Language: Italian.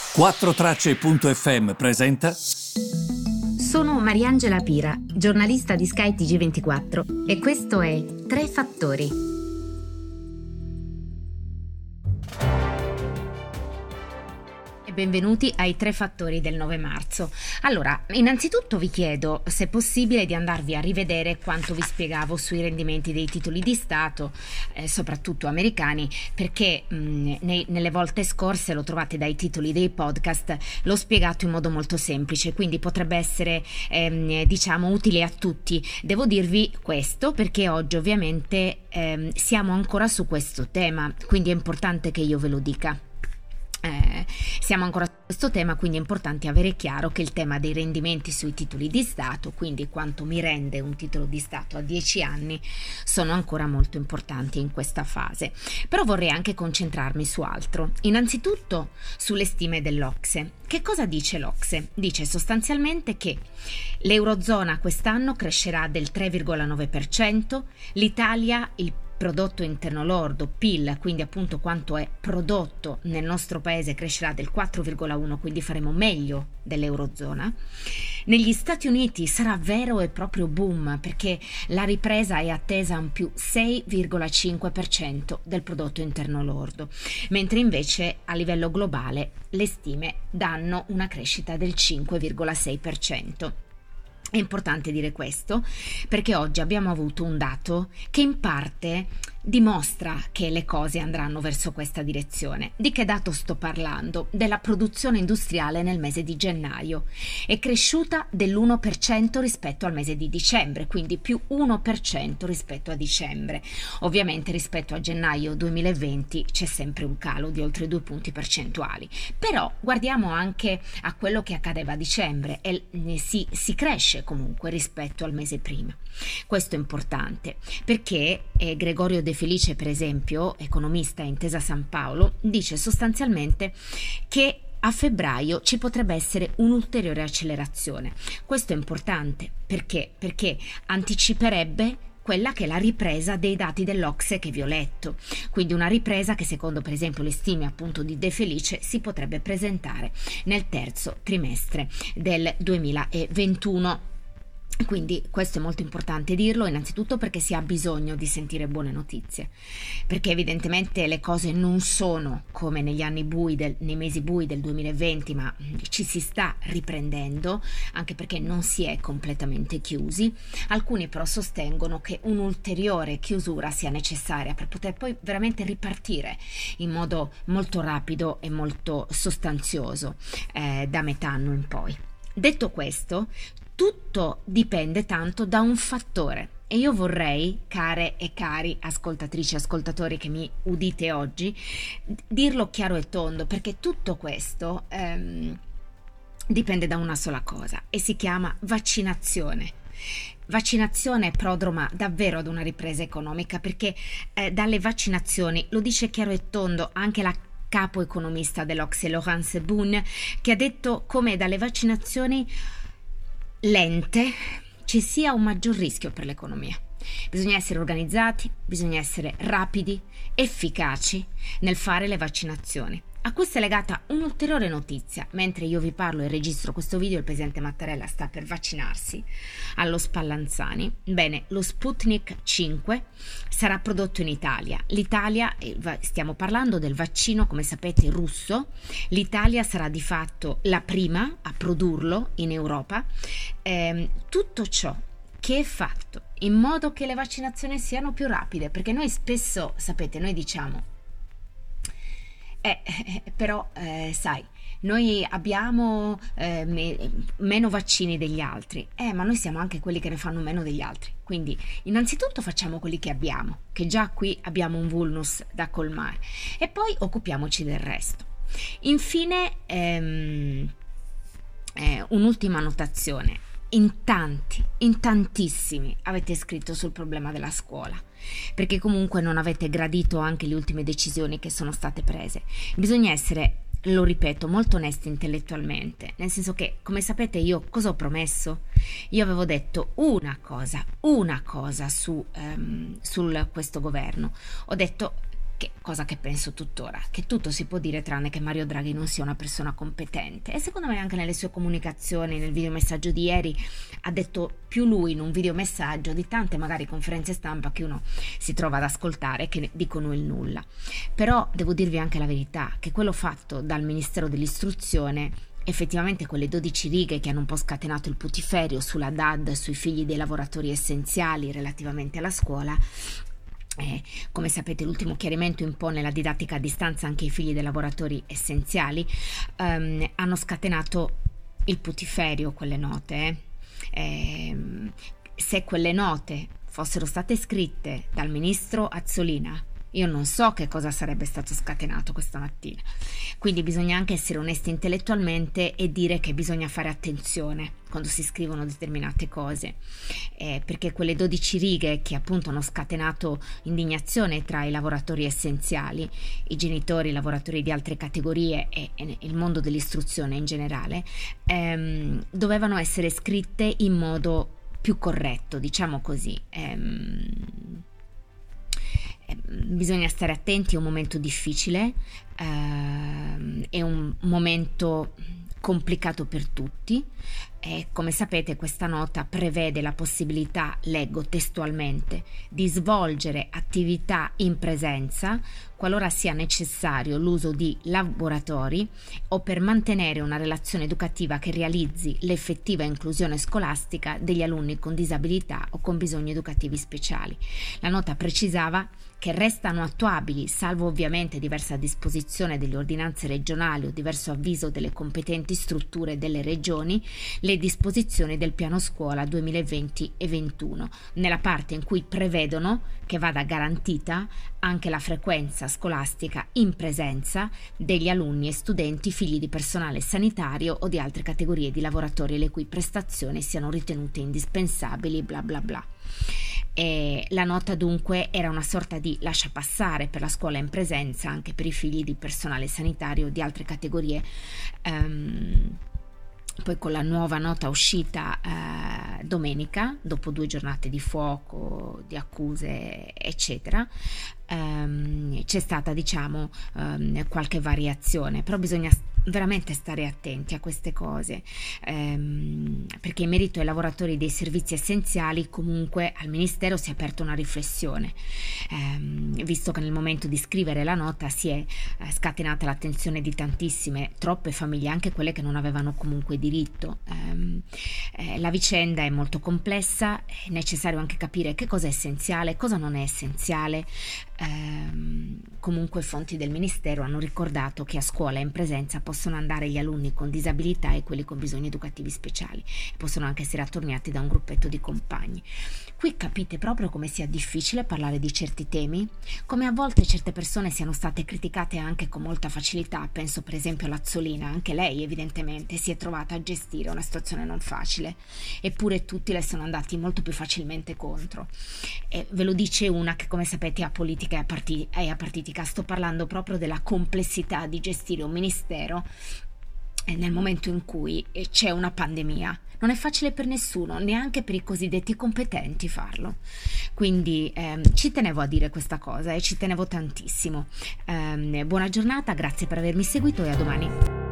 4Tracce.fm presenta. Sono Mariangela Pira, giornalista di Sky TG24 e questo è Tre Fattori. Benvenuti ai Tre Fattori del 9 marzo. Allora, innanzitutto vi chiedo se è possibile di andarvi a rivedere quanto vi spiegavo sui rendimenti dei titoli di Stato, soprattutto americani, perché nelle volte scorse lo trovate dai titoli dei podcast, l'ho spiegato in modo molto semplice, quindi potrebbe essere utile a tutti. Devo dirvi questo perché oggi ovviamente siamo ancora su questo tema, quindi è importante che io ve lo dica. Siamo ancora su questo tema, quindi è importante avere chiaro che il tema dei rendimenti sui titoli di Stato, quindi quanto mi rende un titolo di Stato a 10 anni, sono ancora molto importanti in questa fase. Però vorrei anche concentrarmi su altro, innanzitutto sulle stime dell'Ocse. Che cosa dice l'Ocse? Dice sostanzialmente che l'Eurozona quest'anno crescerà del 3,9%, l'Italia il prodotto interno lordo, PIL, quindi appunto quanto è prodotto nel nostro paese, crescerà del 4,1, quindi faremo meglio dell'Eurozona. Negli Stati Uniti sarà vero e proprio boom, perché la ripresa è attesa a un più 6,5% del prodotto interno lordo, mentre invece a livello globale le stime danno una crescita del 5,6%. È importante dire questo perché oggi abbiamo avuto un dato che in parte dimostra che le cose andranno verso questa direzione. Di che dato sto parlando? Della produzione industriale nel mese di gennaio. È cresciuta dell'1% rispetto al mese di dicembre, quindi più 1% rispetto a dicembre. Ovviamente rispetto a gennaio 2020 c'è sempre un calo di oltre 2 punti percentuali. Però guardiamo anche a quello che accadeva a dicembre e si cresce comunque rispetto al mese prima. Questo è importante perché Gregorio De Felice, per esempio, economista a Intesa San Paolo, dice sostanzialmente che a febbraio ci potrebbe essere un'ulteriore accelerazione. Questo è importante perché anticiperebbe quella che è la ripresa dei dati dell'Ocse che vi ho letto, quindi una ripresa che secondo per esempio le stime appunto di De Felice si potrebbe presentare nel terzo trimestre del 2021. Quindi questo è molto importante dirlo, innanzitutto perché si ha bisogno di sentire buone notizie, perché evidentemente le cose non sono come negli anni bui nei mesi bui del 2020, ma ci si sta riprendendo, anche perché non si è completamente chiusi. Alcuni però sostengono che un'ulteriore chiusura sia necessaria per poter poi veramente ripartire in modo molto rapido e molto sostanzioso da metà anno in poi. Detto questo, tutto dipende tanto da un fattore e io vorrei, care e cari ascoltatrici e ascoltatori che mi udite oggi, dirlo chiaro e tondo, perché tutto questo dipende da una sola cosa e si chiama vaccinazione. Vaccinazione prodroma davvero ad una ripresa economica perché dalle vaccinazioni, lo dice chiaro e tondo anche la capo economista dell'Ocse, Laurence Boone, che ha detto come dalle vaccinazioni lente ci sia un maggior rischio per l'economia. Bisogna essere organizzati, bisogna essere rapidi, efficaci nel fare le vaccinazioni. A questo è legata un'ulteriore notizia. Mentre io vi parlo e registro questo video, il presidente Mattarella sta per vaccinarsi allo Spallanzani. Bene, lo Sputnik 5 sarà prodotto in Italia. L'Italia, stiamo parlando del vaccino, come sapete, russo. L'Italia sarà di fatto la prima a produrlo in Europa. Tutto ciò che è fatto in modo che le vaccinazioni siano più rapide, perché noi spesso, sapete, noi diciamo sai, noi abbiamo meno vaccini degli altri, ma noi siamo anche quelli che ne fanno meno degli altri, quindi innanzitutto facciamo quelli che abbiamo, che già qui abbiamo un vulnus da colmare, e poi occupiamoci del resto. Infine un'ultima notazione. In tantissimi avete scritto sul problema della scuola, perché comunque non avete gradito anche le ultime decisioni che sono state prese. Bisogna essere, lo ripeto, molto onesti intellettualmente, nel senso che, come sapete, io cosa ho promesso? Io avevo detto una cosa su questo governo. Ho detto cosa che penso tuttora, che tutto si può dire tranne che Mario Draghi non sia una persona competente. E secondo me anche nelle sue comunicazioni, nel videomessaggio di ieri, ha detto più lui in un videomessaggio di tante magari conferenze stampa che uno si trova ad ascoltare che dicono il nulla. Però devo dirvi anche la verità, che quello fatto dal Ministero dell'Istruzione, effettivamente quelle 12 righe che hanno un po' scatenato il putiferio sulla DAD, sui figli dei lavoratori essenziali relativamente alla scuola, come sapete l'ultimo chiarimento impone la didattica a distanza anche ai figli dei lavoratori essenziali, hanno scatenato il putiferio quelle note. Se quelle note fossero state scritte dal ministro Azzolina, io non so che cosa sarebbe stato scatenato questa mattina. Quindi bisogna anche essere onesti intellettualmente e dire che bisogna fare attenzione quando si scrivono determinate cose, perché quelle 12 righe che appunto hanno scatenato indignazione tra i lavoratori essenziali, i genitori, i lavoratori di altre categorie e il mondo dell'istruzione in generale, dovevano essere scritte in modo più corretto, diciamo così. Bisogna stare attenti, è un momento difficile, è un momento complicato per tutti e come sapete questa nota prevede la possibilità, leggo testualmente, di svolgere attività in presenza qualora sia necessario l'uso di laboratori o per mantenere una relazione educativa che realizzi l'effettiva inclusione scolastica degli alunni con disabilità o con bisogni educativi speciali. La nota precisava che restano attuabili, salvo ovviamente diversa disposizione delle ordinanze regionali o diverso avviso delle competenti strutture delle regioni, le disposizioni del piano scuola 2020 e 2021, nella parte in cui prevedono che vada garantita anche la frequenza scolastica in presenza degli alunni e studenti figli di personale sanitario o di altre categorie di lavoratori le cui prestazioni siano ritenute indispensabili, bla bla bla. E la nota dunque era una sorta di lasciapassare per la scuola in presenza anche per i figli di personale sanitario o di altre categorie. Poi con la nuova nota uscita domenica, dopo 2 giornate di fuoco, di accuse, eccetera, c'è stata qualche variazione, però bisogna veramente stare attenti a queste cose, perché in merito ai lavoratori dei servizi essenziali comunque al Ministero si è aperta una riflessione, visto che nel momento di scrivere la nota si è scatenata l'attenzione di troppe famiglie, anche quelle che non avevano comunque diritto. La vicenda è molto complessa, è necessario anche capire che cosa è essenziale, cosa non è essenziale. Comunque fonti del Ministero hanno ricordato che a scuola in presenza possono andare gli alunni con disabilità e quelli con bisogni educativi speciali e possono anche essere attorniati da un gruppetto di compagni. Qui capite proprio come sia difficile parlare di certi temi, come a volte certe persone siano state criticate anche con molta facilità. Penso per esempio all'Azzolina, anche lei evidentemente si è trovata a gestire una situazione non facile, eppure tutti le sono andati molto più facilmente contro. E ve lo dice una che, come sapete, ha politica e apartitica. Sto parlando proprio della complessità di gestire un ministero nel momento in cui c'è una pandemia. Non è facile per nessuno, neanche per i cosiddetti competenti farlo. Quindi ci tenevo a dire questa cosa e ci tenevo tantissimo. Buona giornata, grazie per avermi seguito e a domani.